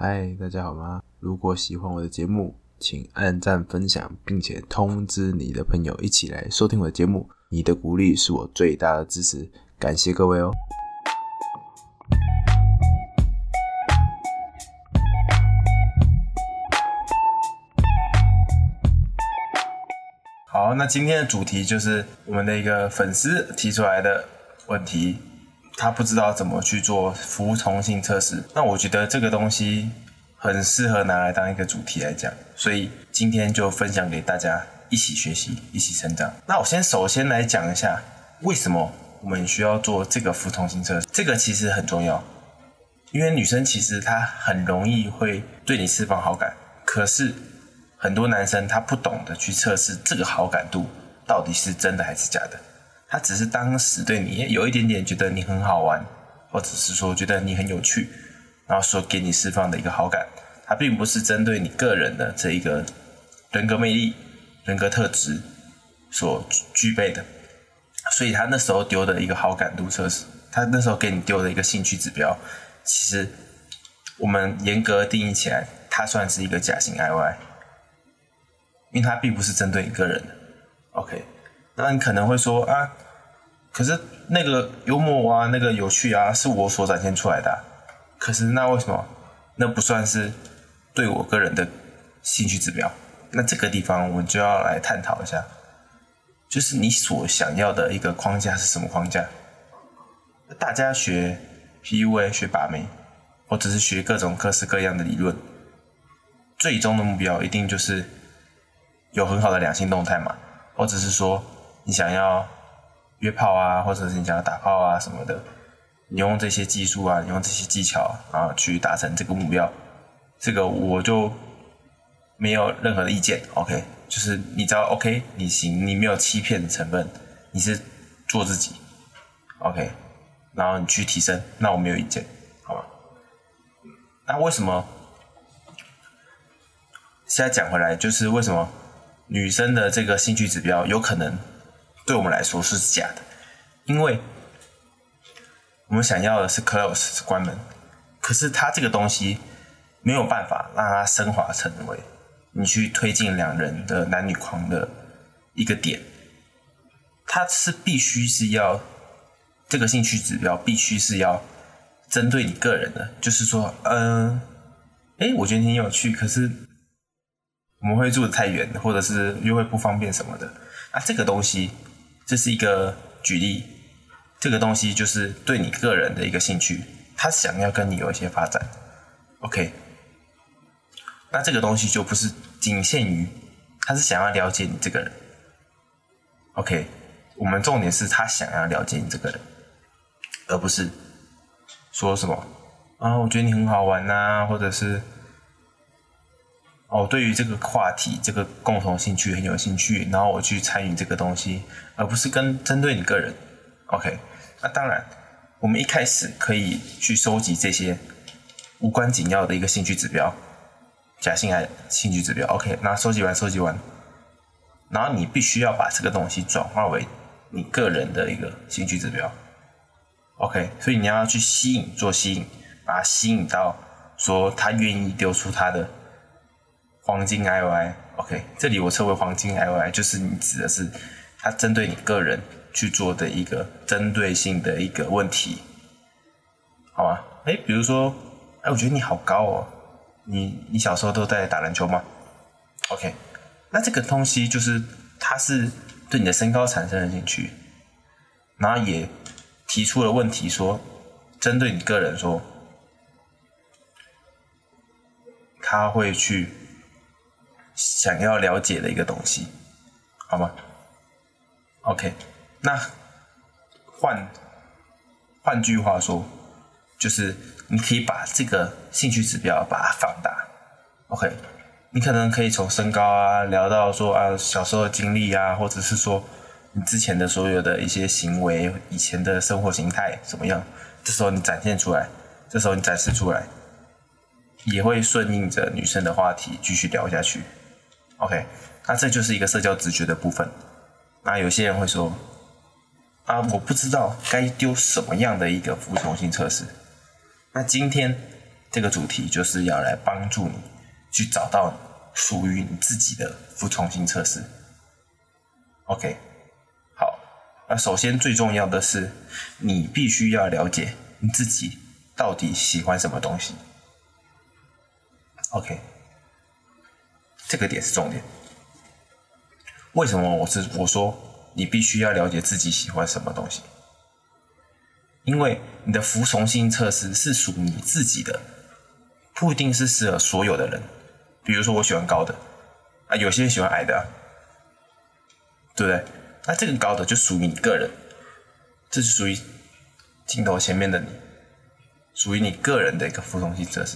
嗨，大家好吗？如果喜欢我的节目，请按赞分享，并且通知你的朋友一起来收听我的节目。你的鼓励是我最大的支持，感谢各位哦。好，那今天的主题就是我们的一个粉丝提出来的问题，他不知道怎么去做服从性测试。那我觉得这个东西很适合拿来当一个主题来讲，所以今天就分享给大家一起学习，一起成长。那我首先来讲一下为什么我们需要做这个服从性测试。这个其实很重要，因为女生其实她很容易会对你释放好感，可是很多男生他不懂得去测试这个好感度到底是真的还是假的，他只是当时对你有一点点觉得你很好玩，或者是说觉得你很有趣，然后所给你释放的一个好感，它并不是针对你个人的这一个人格魅力、人格特质所具备的。所以他那时候丢的一个好感度测试，他那时候给你丢的一个兴趣指标，其实我们严格定义起来，它算是一个假性 IOI， 因为它并不是针对你个人的。OK， 那你可能会说啊，可是那个幽默啊，那个有趣啊，是我所展现出来的啊。可是那为什么那不算是对我个人的兴趣指标？那这个地方我们就要来探讨一下，就是你所想要的一个框架是什么框架？大家学 PUA 学把妹，或者是学各种各式各样的理论，最终的目标一定就是有很好的两性动态嘛，或者是说你想要约炮啊，或者是你想要打炮啊什么的，你用这些技术啊，你用这些技巧啊去达成这个目标，这个我就没有任何的意见。 OK， 就是你只要 OK 你行，你没有欺骗的成分，你是做自己 OK， 然后你去提升，那我没有意见，好吗？那为什么现在讲回来，就是为什么女生的这个兴趣指标有可能对我们来说是假的？因为我们想要的是 close， 是关门，可是它这个东西没有办法让它升华成为你去推进两人的男女框的一个点，它是必须是要这个兴趣指标必须是要针对你个人的，就是说我觉得你很有趣，可是我们会住得太远，或者是约会不方便什么的。那这个东西，这是一个举例，这个东西就是对你个人的一个兴趣，他想要跟你有一些发展 OK， 那这个东西就不是仅限于他是想要了解你这个人 OK， 我们重点是他想要了解你这个人，而不是说什么啊我觉得你很好玩啊，或者是对于这个话题这个共同兴趣很有兴趣，然后我去参与这个东西，而不是针对你个人 OK。 那当然我们一开始可以去收集这些无关紧要的一个兴趣指标，假性兴趣指标 OK， 那收集完，然后你必须要把这个东西转化为你个人的一个兴趣指标 OK， 所以你要去做吸引，把它吸引到说他愿意丢出他的黄金 IOI OK， 这里我称为黄金 IOI， 就是你指的是它针对你个人去做的一个针对性的一个问题，好吗？比如说我觉得你好高哦，你小时候都在打篮球吗 OK， 那这个东西就是它是对你的身高产生的兴趣，然后也提出了问题说针对你个人说他会去想要了解的一个东西，好吗 OK， 那换句话说，就是你可以把这个兴趣指标把它放大 OK， 你可能可以从身高啊聊到说小时候的经历啊，或者是说你之前的所有的一些行为，以前的生活形态怎么样，这时候你展现出来，这时候你展示出来，也会顺应着女生的话题继续聊下去 OK， 那这就是一个社交直觉的部分。那有些人会说我不知道该丢什么样的一个服从性测试。那今天这个主题就是要来帮助你去找到属于你自己的服从性测试。OK， 好，那首先最重要的是，你必须要了解你自己到底喜欢什么东西。OK， 这个点是重点。为什么我说你必须要了解自己喜欢什么东西？因为你的服从性测试是属你自己的，不一定是适合所有的人。比如说我喜欢高的啊，有些人喜欢矮的啊，对不对？那这个高的就属于你个人，这是属于镜头前面的你，属于你个人的一个服从性测试。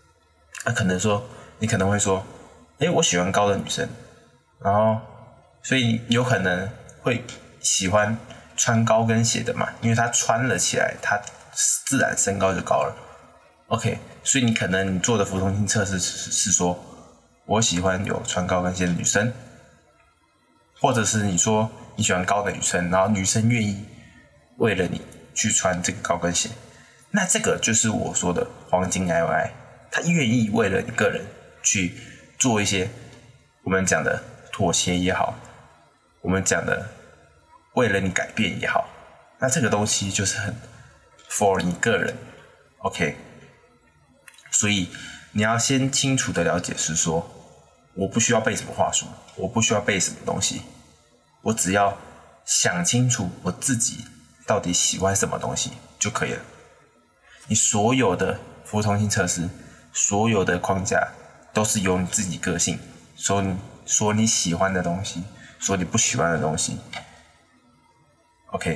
你可能会说，我喜欢高的女生，然后所以有可能会喜欢穿高跟鞋的嘛，因为她穿了起来，她自然身高就高了。OK， 所以你可能你做的服从性测试是说，我喜欢有穿高跟鞋的女生，或者是你说你喜欢高的女生，然后女生愿意为了你去穿这个高跟鞋，那这个就是我说的黄金 IOI， 她愿意为了你个人去做一些我们讲的妥协也好，我们讲的为了你改变也好，那这个东西就是很 for 你个人。 OK， 所以你要先清楚的了解是说，我不需要背什么话术，我不需要背什么东西，我只要想清楚我自己到底喜欢什么东西就可以了。你所有的服从性测试，所有的框架都是由你自己个性说你喜欢的东西，说你不喜欢的东西。 OK，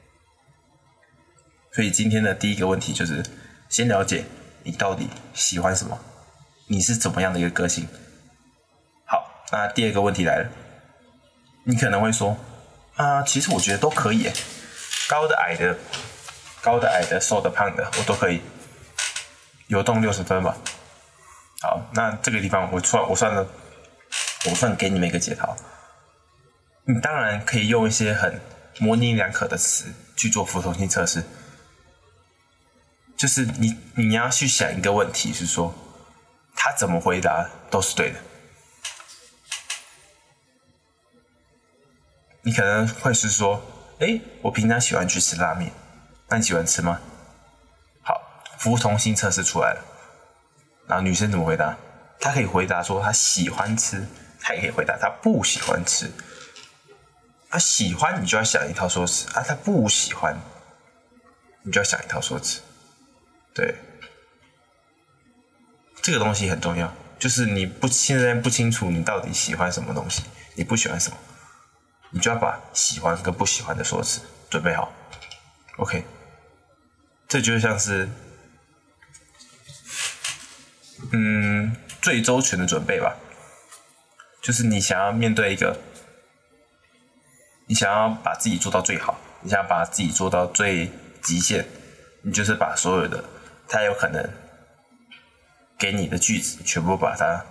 所以今天的第一个问题就是先了解你到底喜欢什么，你是怎么样的一个个性。好，那第二个问题来了，你可能会说其实我觉得都可以，高的矮的瘦的胖的我都可以，游动60分吧。好，那这个地方我算给你们一个解套。你当然可以用一些很模棱两可的词去做服从性测试，就是你要去想一个问题，是说他怎么回答都是对的。你可能会是说，我平常喜欢去吃拉面，那你喜欢吃吗？好，服从性测试出来了，然后女生怎么回答？她可以回答说她喜欢吃，她也可以回答她不喜欢吃。她喜欢你就要想一套说辞她不喜欢你就要想一套说辞。对，这个东西很重要，就是你现在不清楚你到底喜欢什么东西，你不喜欢什么，你就要把喜欢跟不喜欢的说辞准备好。 OK， 这就像是最周全的准备吧，就是你想要面对你想要把自己做到最好，你想要把自己做到最极限，你就是把所有的他有可能给你的句子全部把它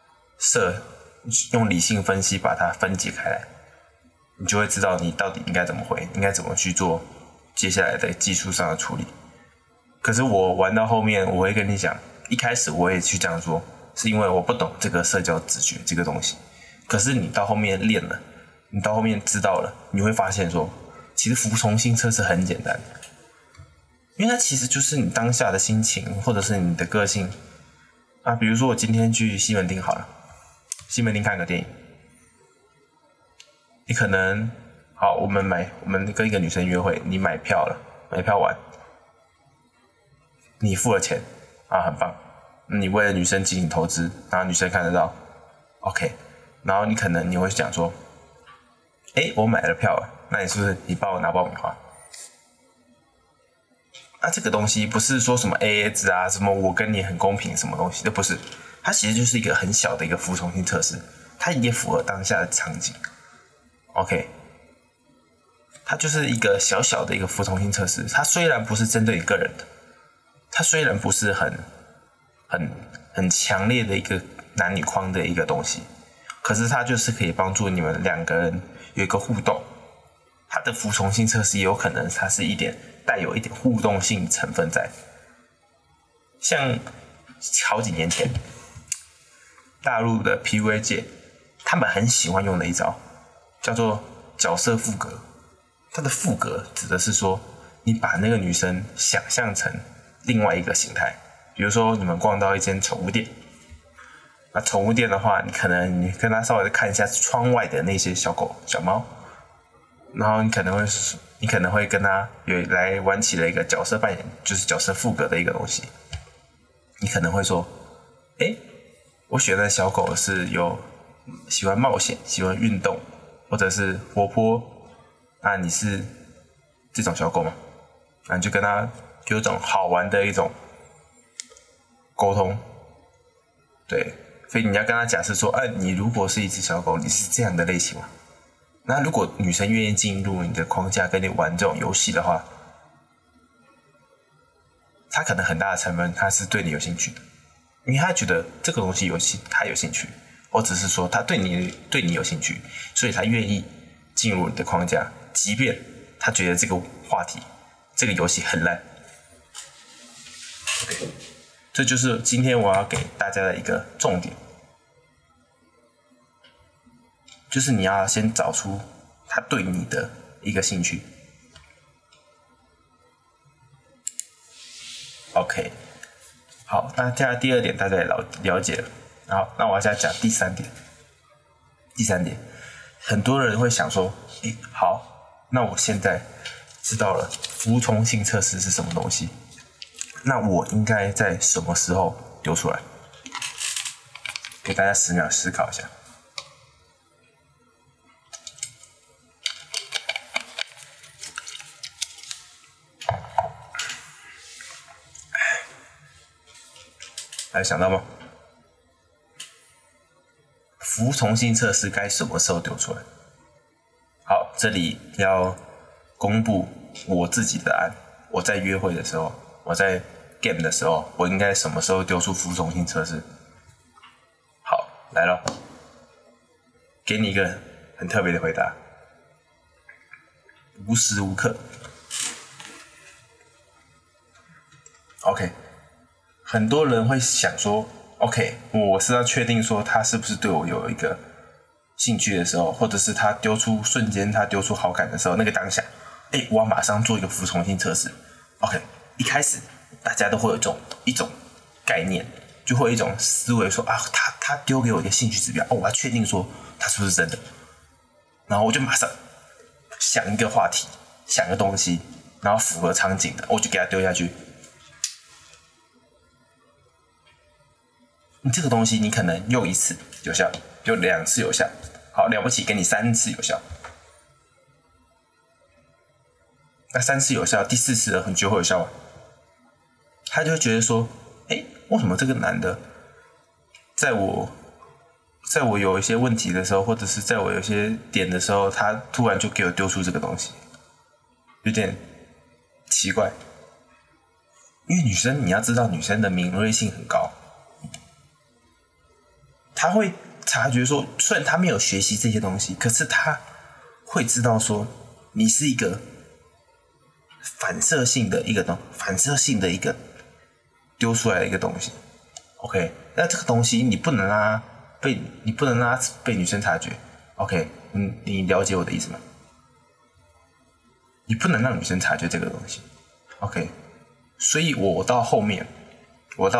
用理性分析把它分解开来，你就会知道你到底应该怎么回，应该怎么去做接下来的技术上的处理。可是我玩到后面，我会跟你讲，一开始我也去这样做，是因为我不懂这个社交直觉这个东西。可是你到后面练了，你到后面知道了，你会发现说，其实服从性测试很简单，因为它其实就是你当下的心情或者是你的个性比如说我今天去西门町好了，西门町看个电影，你可能好，我们跟一个女生约会，你买票了，买票完，你付了钱很棒，你为了女生进行投资，然后女生看得到 OK， 然后你会讲说，我买了票了，那你是不是你帮我拿爆米花？这个东西不是说什么 AA 制什么我跟你很公平什么东西，这不是，它其实就是一个很小的一个服从性测试，它也符合当下的场景。OK， 它就是一个小小的一个服从性测试，它虽然不是针对一个人的，它虽然不是很强烈的一个男女框的一个东西，可是它就是可以帮助你们两个人有一个互动。它的服从性测试也有可能它是带有一点互动性成分在，像好几年前，大陆的 PUA 界，他们很喜欢用的一招，叫做角色赋格。它的赋格指的是说，你把那个女生想象成另外一个形态。比如说，你们逛到一间宠物店，那宠物店的话，你跟他稍微看一下窗外的那些小狗、小猫，然后你可能会跟他来玩起了一个角色扮演，就是角色赋格的一个东西。你可能会说，我选的小狗是喜欢冒险、喜欢运动，或者是活泼。那你是这种小狗吗？那你就跟他有一种好玩的一种沟通，对，所以你要跟他假设说，你如果是一只小狗，你是这样的类型吗？那如果女生愿意进入你的框架跟你玩这种游戏的话，她可能很大的成分她是对你有兴趣的，因为她觉得这个东西她有兴趣，或者是说她对你有兴趣，所以她愿意进入你的框架，即便她觉得这个话题、这个游戏很烂。OK， 这就是今天我要给大家的一个重点，就是你要先找出他对你的一个兴趣。OK， 好，那接下来第二点大家也了解了。好，那我要现在讲第三点。第三点，很多人会想说，好，那我现在知道了服从性测试是什么东西，那我应该在什么时候丢出来？给大家10秒思考一下。还有想到吗？服从性测试该什么时候丢出来？好，这里要公布我自己的案。我在约会的时候，我在 game 的时候，我应该什么时候丢出服从性测试？好，来咯，给你一个很特别的回答，无时无刻。OK。很多人会想说 ，OK， 我是要确定说他是不是对我有一个兴趣的时候，或者是他瞬间丢出好感的时候，那个当下，我要马上做一个服从性测试。OK， 一开始大家都会有一种概念，就会有一种思维说他丢给我一个兴趣指标，我要确定说他是不是真的，然后我就马上想一个话题，想一个东西，然后符合场景的，我就给他丢下去。你这个东西你可能用1次有效，用2次有效，好了不起给你3次有效。那3次有效，第4次你觉得会有效吗？他就会觉得说，为什么这个男的在我有一些问题的时候，或者是在我有些点的时候，他突然就给我丢出这个东西，有点奇怪。因为女生你要知道，女生的敏锐性很高。他会察觉说，虽然他没有学习这些东西，可是他会知道说，你是一个反射性的一个丢出来的一个东西。OK， 那这个东西你不能让它被女生察觉。OK， 你了解我的意思吗？你不能让女生察觉这个东西。OK， 所以我到后面，我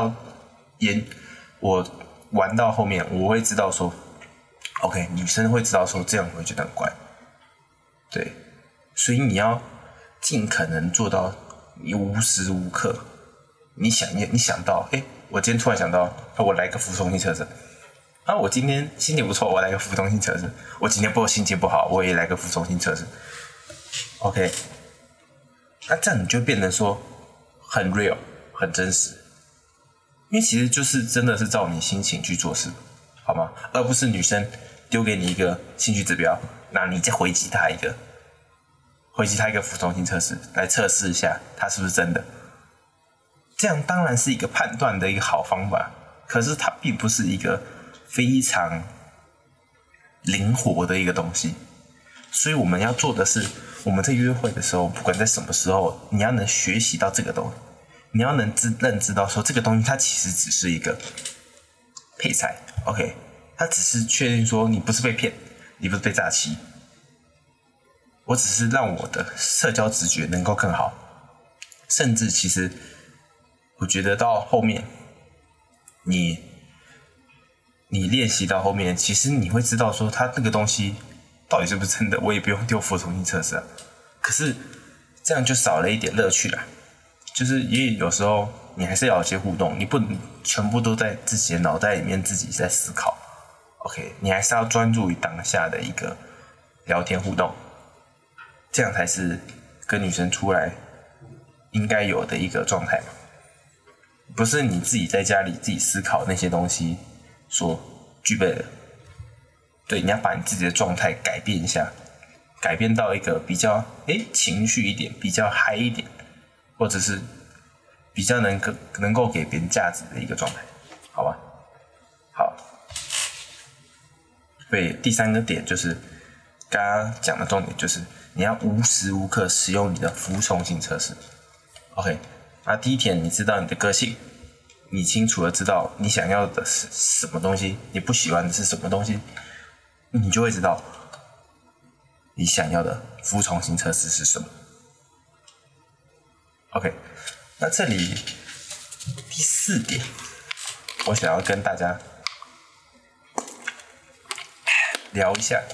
玩到后面，我会知道说 ，OK， 女生会知道说这样会觉得很怪，对，所以你要尽可能做到你无时无刻，你想到，我今天突然想到，我来个服从性测试，我今天心情不错，我来个服从性测试，我今天心情不好，我也来个服从性测试 ，OK， 那这样你就变成说很 real， 很真实。因为其实就是真的是照你心情去做事，好吗？而不是女生丢给你一个兴趣指标，那你再回击她一个服从性测试，来测试一下她是不是真的。这样当然是一个判断的一个好方法，可是它并不是一个非常灵活的一个东西。所以我们要做的是，我们在约会的时候，不管在什么时候，你要能学习到这个东西。 你要能认知到说这个东西它其实只是一个配菜 ，OK， 它只是确定说你不是被骗，你不是被诈欺，我只是让我的社交直觉能够更好，甚至其实我觉得到后面你练习到后面，其实你会知道说它那个东西到底是不是真的，我也不用丢服从性测试啊。可是这样就少了一点乐趣啦，就是因为有时候你还是要有些互动，你不能全部都在自己的脑袋里面自己在思考 ，OK， 你还是要专注于当下的一个聊天互动，这样才是跟女生出来应该有的一个状态嘛，不是你自己在家里自己思考那些东西所具备的。对，你要把你自己的状态改变一下，改变到一个比较情绪一点，比较嗨一点，或者是比较能够给别人价值的一个状态，好吧？好，所以第三个点就是刚刚讲的重点，就是你要无时无刻使用你的服从性测试。OK， 那第一点，你知道你的个性，你清楚的知道你想要的是什么东西，你不喜欢的是什么东西，你就会知道你想要的服从性测试是什么。OK， 那这里第四点，我想要跟大家聊一下。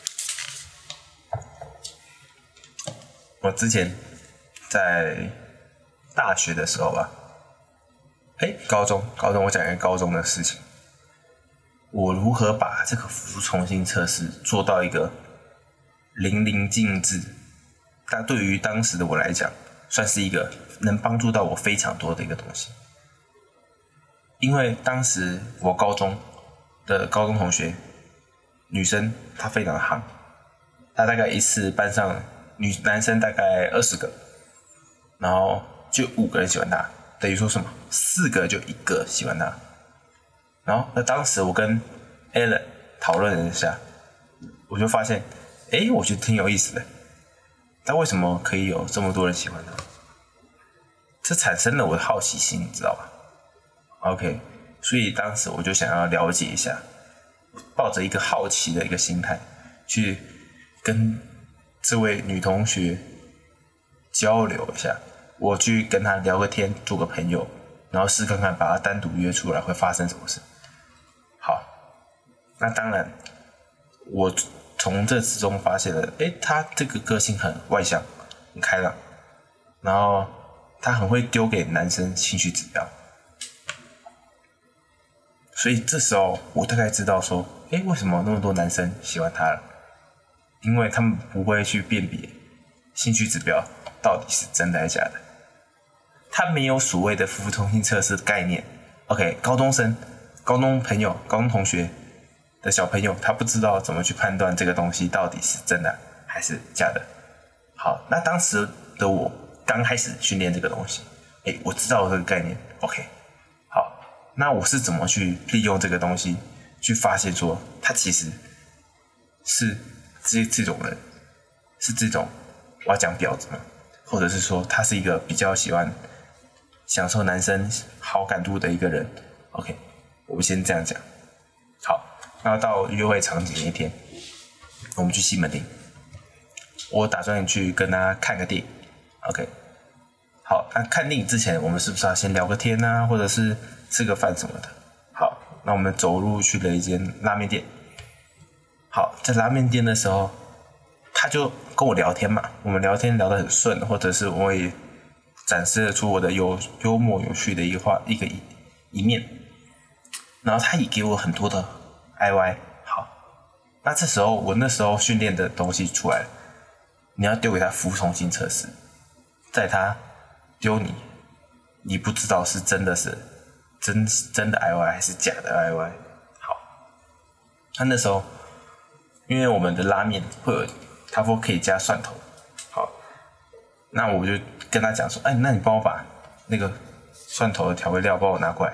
我之前在大学的时候吧，高中我讲一个高中的事情，我如何把这个服从性测试做到一个淋漓尽致，但对于当时的我来讲，算是一个能帮助到我非常多的一个东西。因为当时我高中同学女生她非常夯，她大概一次班上男生大概20个，然后就5个人喜欢她，等于说什么4个就1个喜欢她。然后那当时我跟 Alan 讨论了一下，我就发现我觉得挺有意思的，他为什么可以有这么多人喜欢他？这产生了我的好奇心，你知道吧 ？OK， 所以当时我就想要了解一下，抱着一个好奇的一个心态，去跟这位女同学交流一下，我去跟她聊个天，做个朋友，然后试看看把她单独约出来会发生什么事。好，那当然，我从这之中发现了，她这个个性很外向，很开朗，然后她很会丢给男生兴趣指标，所以这时候我大概知道说，为什么那么多男生喜欢她了？因为他们不会去辨别兴趣指标到底是真的还是假的，他没有所谓的服从性测试的概念。OK， 高中朋友、高中同学的小朋友，他不知道怎么去判断这个东西到底是真的还是假的。好，那当时的我刚开始训练这个东西，我知道这个概念。OK， 好，那我是怎么去利用这个东西，去发现说他其实是这种人，是这种我要讲婊子嘛，或者是说他是一个比较喜欢享受男生好感度的一个人。OK， 我们先这样讲。好，那到约会场景那一天，我们去西门町，我打算去跟他看个电影。OK， 好，那看电影之前，我们是不是要先聊个天啊，或者是吃个饭什么的？好，那我们走路去了一间拉面店。好，在拉面店的时候，他就跟我聊天嘛，我们聊天聊得很顺，或者是我也展示了出我的幽默有趣的一面，然后他也给我很多的 IY。 好，那这时候我那时候训练的东西出来了，你要丢给他服从性测试，在他丢你不知道是真的IY 还是假的 IY。 好，他那时候因为我们的拉面会有他说可以加蒜头，好，那我就跟他讲说，那你帮我把那个蒜头的调味料帮我拿过来。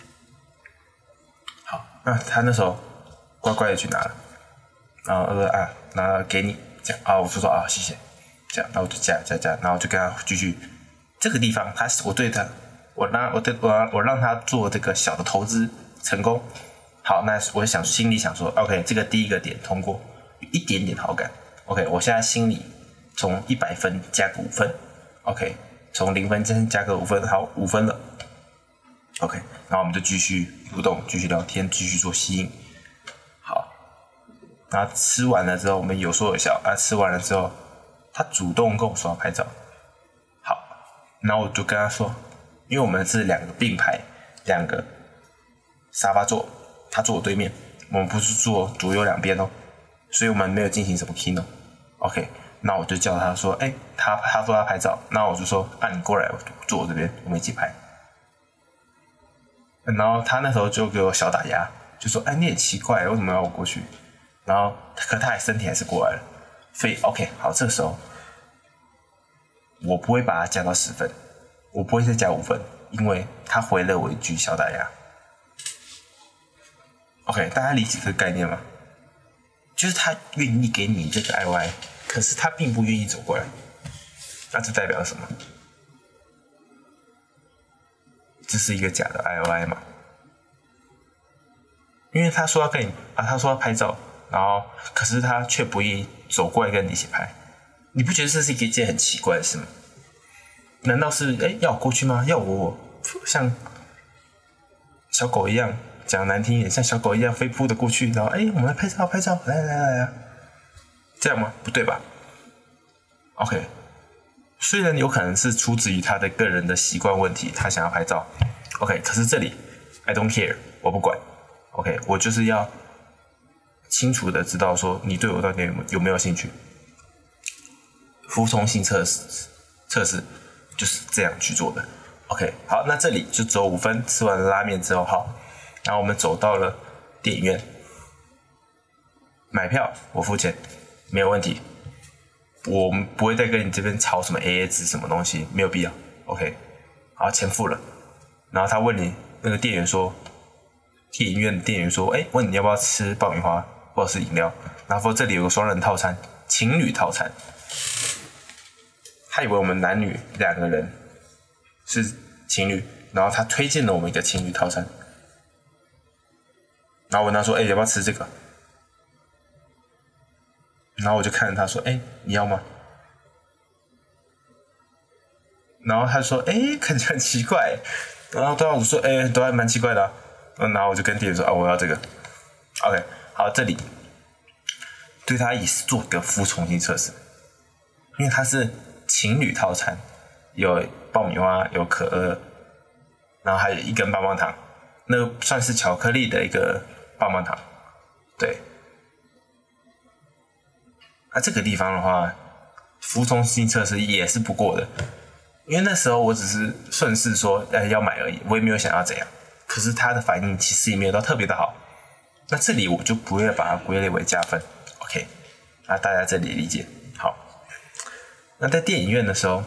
好，那他那时候乖乖的去拿了，然后拿了给你，这样我就说谢谢，这样，然后我就加，然后就跟他继续。这个地方我对他我让他做这个小的投资成功。好，那我心里想说 ，OK， 这个第一个点通过，一点点好感。OK， 我现在心里从100分加个5分 ，OK， 从0分加个5分，好，5分了。OK， 然后我们就继续互动，继续聊天，继续做吸引。好，然后吃完了之后，我们有说有笑啊。吃完了之后，他主动跟我说要拍照。好，然后我就跟他说，因为我们是2个并排，2个沙发座，他坐我对面，我们不是坐左右两边哦，所以我们没有进行什么 keynote。OK， 那我就叫他说，他说他拍照，那我就说，你过来坐我这边，我们一起拍。然后他那时候就给我小打压，就说，你也奇怪，为什么要我过去？然后可他身体还是过来了，所以 OK， 好，这个时候我不会把他加到10分，我不会再加5分，因为他回了我一句小打压。OK， 大家理解这个概念吗？就是他愿意给你这个 IY， 可是他并不愿意走过来，那这代表什么？这是一个假的 IY 嘛？因为他说要跟你他说要拍照，然后可是他却不愿意走过来跟你一起拍，你不觉得这是一件很奇怪的事吗？难道是要我过去吗？要我像小狗一样，讲难听一点，像小狗一样飞扑的过去，然后我们来拍照，来啊，这样吗？不对吧 ？OK， 虽然有可能是出自于他的个人的习惯问题，他想要拍照 ，OK， 可是这里 I don't care， 我不管 ，OK， 我就是要清楚的知道说你对我到底有没有兴趣。服从性测试就是这样去做的 ，OK， 好，那这里就只有5分，吃完了拉面之后，好，然后我们走到了电影院，买票我付钱，没有问题。我们不会再跟你这边吵什么 AA 制什么东西，没有必要。OK， 好，钱付了，然后他问你那个店员说，电影院的店员说，问你要不要吃爆米花或者是饮料，然后说这里有个双人套餐，情侣套餐。他以为我们男女2个人是情侣，然后他推荐了我们一个情侣套餐，然后我问他说，要不要吃这个？然后我就看着他说，你要吗？然后他说，感觉很奇怪。然后对啊，我说，都还蛮奇怪的啊。然后我就跟店员说，我要这个。OK， 好，这里对他也是做个服从性测试，因为他是情侣套餐，有爆米花，有可乐，然后还有1根棒棒糖，那算是巧克力的一个棒棒糖，对。这个地方的话，服从性测试也是不过的，因为那时候我只是顺势说要买而已，我也没有想要怎样。可是他的反应其实也没有到特别的好，那这里我就不会把它归类为加分。OK， 那大家这里理解好。那在电影院的时候，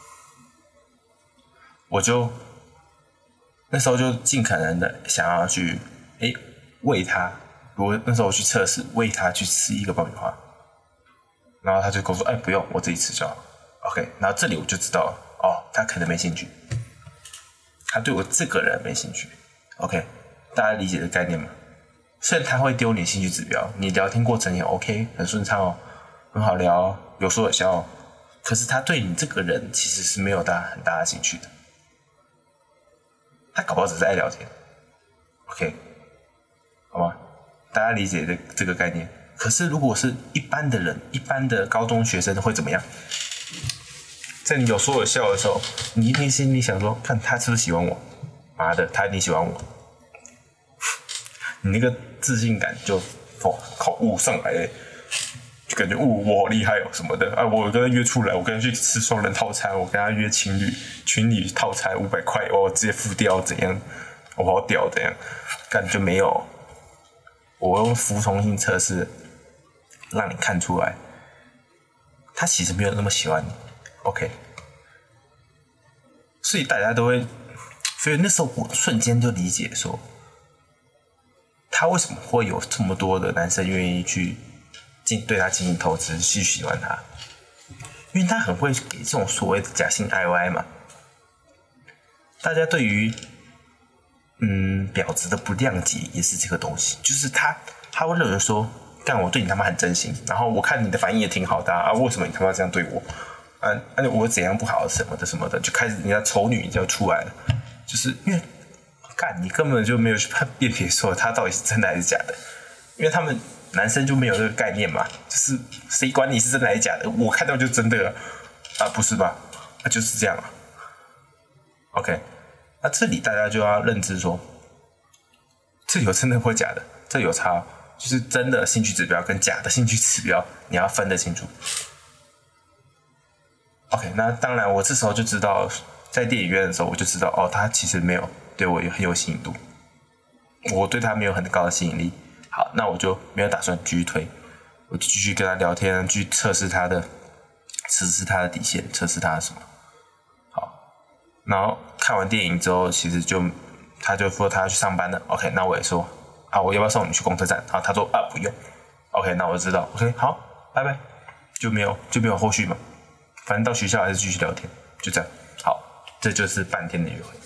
那时候就尽可能的想要去喂他，我那时候我去测试喂他去吃1个爆米花。然后他就跟我说，不用，我自己吃就好。OK， 然后这里我就知道了，他可能没兴趣，他对我这个人没兴趣。OK， 大家理解这概念吗？虽然他会丢你兴趣指标，你聊天过程也 OK， 很顺畅很好聊有说有笑可是他对你这个人其实是没有很大的兴趣的，他搞不好只是爱聊天。OK， 好吗？大家理解这个概念？可是如果是一般的人，一般的高中学生会怎么样？在你有说有笑的时候，你一定心里想说，看他是不是喜欢我？妈的，他一定喜欢我。你那个自信感就上来了，就感觉我好厉害什么的我跟他约出来，我跟他去吃双人套餐，我跟他约情侣套餐500块，我直接付掉怎样？我好屌怎样？感觉没有，我用服从性测试。让你看出来，他其实没有那么喜欢你 ，OK， 所以大家都会，所以那时候我瞬间就理解说，他为什么会有这么多的男生愿意去对他进行投资，去喜欢他，因为他很会给这种所谓的假性 IY 嘛， 大家对于婊子的不谅解也是这个东西，就是他会认为说，干我对你他妈很真心，然后我看你的反应也挺好的啊，为什么你他妈这样对我？我怎样不好什么的什么的，就开始人家丑女就出来了，就是因为干你根本就没有去辨别说他到底是真的还是假的，因为他们男生就没有这个概念嘛，就是谁管你是真的还是假的，我看到就真的了啊，不是吧？就是这样啊。OK， 那这里大家就要认知说，这有真的或假的，这有差，就是真的兴趣指标跟假的兴趣指标，你要分得清楚。OK， 那当然我这时候就知道，在电影院的时候我就知道，他其实没有对我很有吸引度，我对他没有很高的吸引力。好，那我就没有打算继续推，我就继续跟他聊天，去测试他的底线，测试他的什么。好，然后看完电影之后，其实他就说他要去上班了。OK， 那我也说我要不要送你去公车站？然后他说不用。OK， 那我就知道。OK， 好，拜拜，就没有后续嘛。反正到学校还是继续聊天，就这样。好，这就是半天的约会。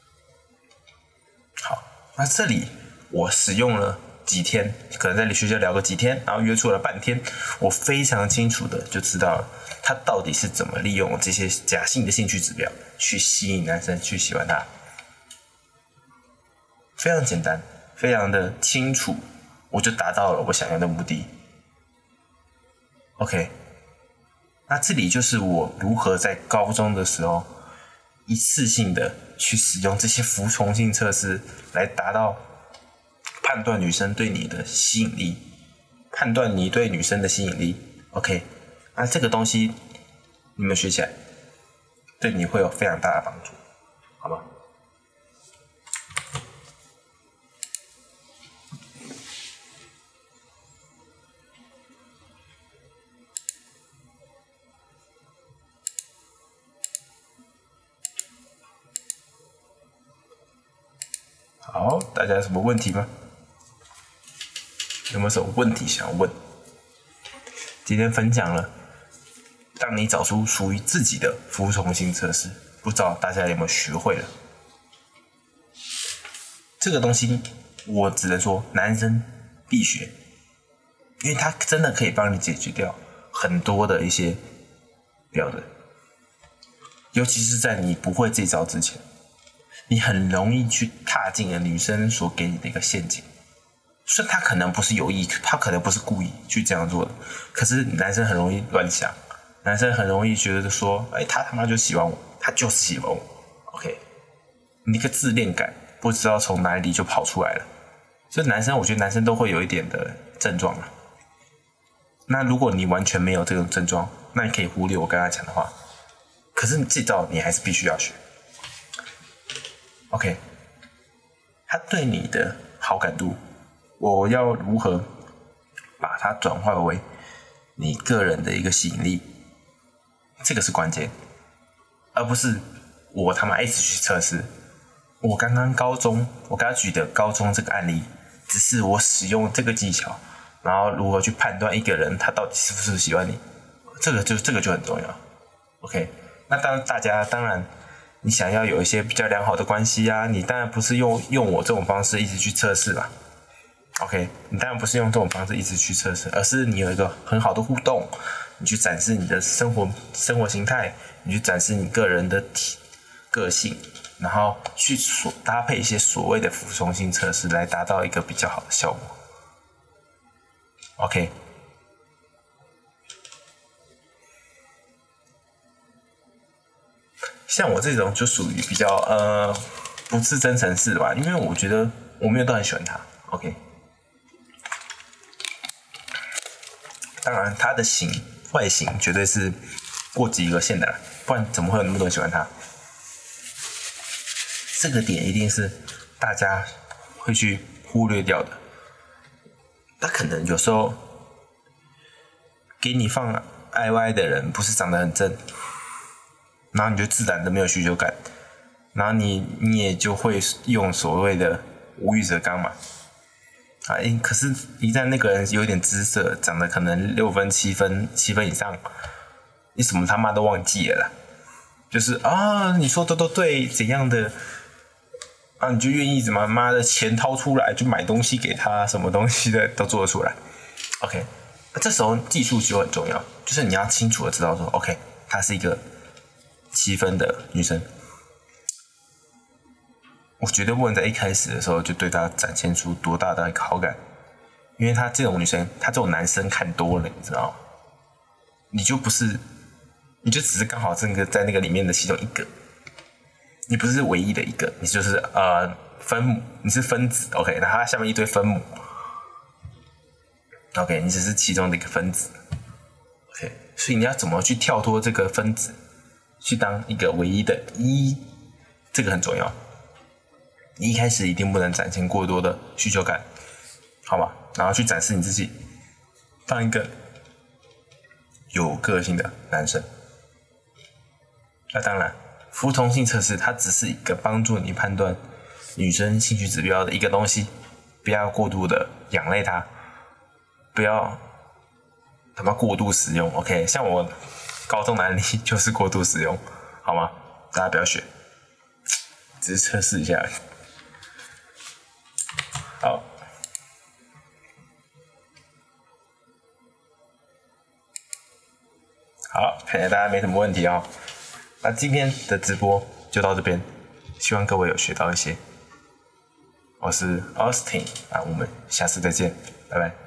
好，那这里我使用了几天，可能在学校聊个几天，然后约出了半天，我非常清楚的就知道了他到底是怎么利用这些假性的兴趣指标去吸引男生去喜欢他。非常简单，非常的清楚，我就达到了我想要的目的。OK， 那这里就是我如何在高中的时候一次性的去使用这些服从性测试来达到判断女生对你的吸引力，判断你对女生的吸引力。OK， 那这个东西你们学起来对你会有非常大的帮助，好吗？好，大家有什么问题吗？有没有什么问题想要问？今天分享了当你找出属于自己的服从性测试，不知道大家有没有学会了？这个东西我只能说男生必学，因为它真的可以帮你解决掉很多的一些标准，尤其是在你不会这招之前，你很容易去踏进了女生所给你的一个陷阱。虽然他可能不是有意，他可能不是故意去这样做的，可是男生很容易乱想，男生很容易觉得说，他他妈就喜欢我，他就是喜欢我。OK， 你那个自恋感不知道从哪里就跑出来了。所以男生，我觉得男生都会有一点的症状啊。那如果你完全没有这种症状，那你可以忽略我刚才讲的话。可是这招你还是必须要学。OK， 他对你的好感度，我要如何把它转化为你个人的一个吸引力？这个是关键，而不是我他妈一直去测试。我刚刚举的高中这个案例，只是我使用这个技巧，然后如何去判断一个人他到底是不是喜欢你，这个就很重要。OK， 那当然。你想要有一些比较良好的关系啊，你当然不是用我这种方式一直去测试吧 ，OK， 你当然不是用这种方式一直去测试，而是你有一个很好的互动，你去展示你的生活形态，你去展示你个人的个性，然后去搭配一些所谓的服从性测试来达到一个比较好的效果 ，OK。像我这种就属于比较不是真诚式吧，因为我觉得我没有都很喜欢他 ，OK。当然他的外形绝对是过几个线的啦，不然怎么会有那么多人喜欢他？这个点一定是大家会去忽略掉的。他可能有时候给你放IY的人不是长得很正。然后你就自然的没有需求感，然后你也就会用所谓的无欲则刚嘛，可是一旦那个人有点姿色，长得可能6分7分以上，你什么他妈都忘记了啦， 就是你说的都对，怎样的你就愿意怎么妈的钱掏出来就买东西给他，什么东西的都做得出来。OK， 这时候技术就很重要，就是你要清楚的知道说 ，OK， 她是一个7分的女生，我绝对不能在一开始的时候就对她展现出多大的好感，因为她这种女生，她这种男生看多了，你知道吗？你就只是刚好这个在那个里面的其中一个，你不是唯一的一个，你就是分母，你是分子 ，OK， 那它下面一堆分母 ，OK， 你只是其中的一个分子 ，OK， 所以你要怎么去跳脱这个分子，去当一个唯一的一，这个很重要。你一开始一定不能展现过多的需求感，好吗？然后去展示你自己，当一个有个性的男生。那当然，服从性测试它只是一个帮助你判断女生兴趣指标的一个东西，不要过度的仰赖它，不要他妈过度使用。OK， 像我高中的案例就是过度使用，好吗？大家不要学，只是测试一下而已。好，看起来大家没什么问题哦。那今天的直播就到这边，希望各位有学到一些。我是 Austin，我们下次再见，拜拜。